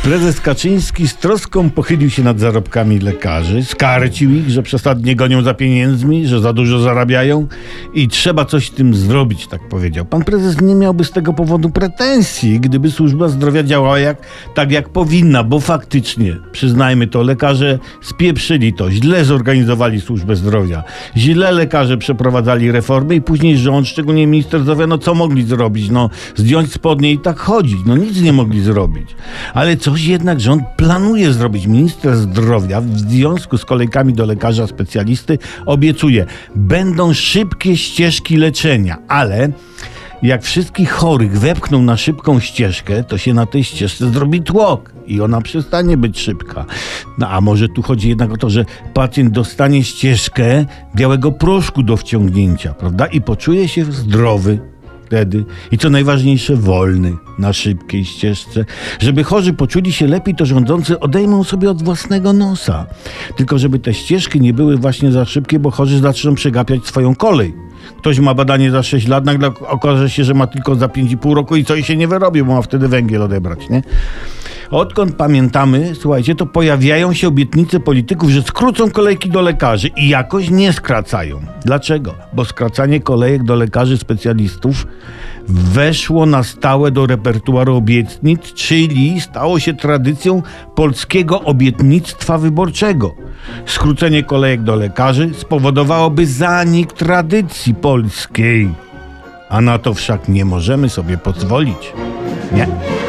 Prezes Kaczyński z troską pochylił się nad zarobkami lekarzy, skarcił ich, że przesadnie gonią za pieniędzmi, że za dużo zarabiają i trzeba coś z tym zrobić, tak powiedział. Pan prezes nie miałby z tego powodu pretensji, gdyby służba zdrowia działała tak jak powinna, bo faktycznie, przyznajmy to, lekarze spieprzyli to, źle zorganizowali służbę zdrowia, źle lekarze przeprowadzali reformy i później rząd, szczególnie minister zdrowia, no co mogli zrobić? No zdjąć spodnie i tak chodzić, no nic nie mogli zrobić. Ale coś jednak rząd planuje zrobić. Minister zdrowia w związku z kolejkami do lekarza specjalisty obiecuje, będą szybkie ścieżki leczenia, ale jak wszystkich chorych wepchną na szybką ścieżkę, to się na tej ścieżce zrobi tłok i ona przestanie być szybka. No a może tu chodzi jednak o to, że pacjent dostanie ścieżkę białego proszku do wciągnięcia, prawda? I poczuje się zdrowy wtedy i co najważniejsze wolny na szybkiej ścieżce. Żeby chorzy poczuli się lepiej, to rządzący odejmą sobie od własnego nosa. Tylko żeby te ścieżki nie były właśnie za szybkie, bo chorzy zaczną przegapiać swoją kolej. Ktoś ma badanie za 6 lat, nagle okaże się, że ma tylko za 5,5 roku i co i się nie wyrobi, bo ma wtedy węgiel odebrać, nie? Odkąd pamiętamy, słuchajcie, to pojawiają się obietnice polityków, że skrócą kolejki do lekarzy i jakoś nie skracają. Dlaczego? Bo skracanie kolejek do lekarzy specjalistów weszło na stałe do repertuaru obietnic, czyli stało się tradycją polskiego obietnictwa wyborczego. Skrócenie kolejek do lekarzy spowodowałoby zanik tradycji polskiej, a na to wszak nie możemy sobie pozwolić. Nie.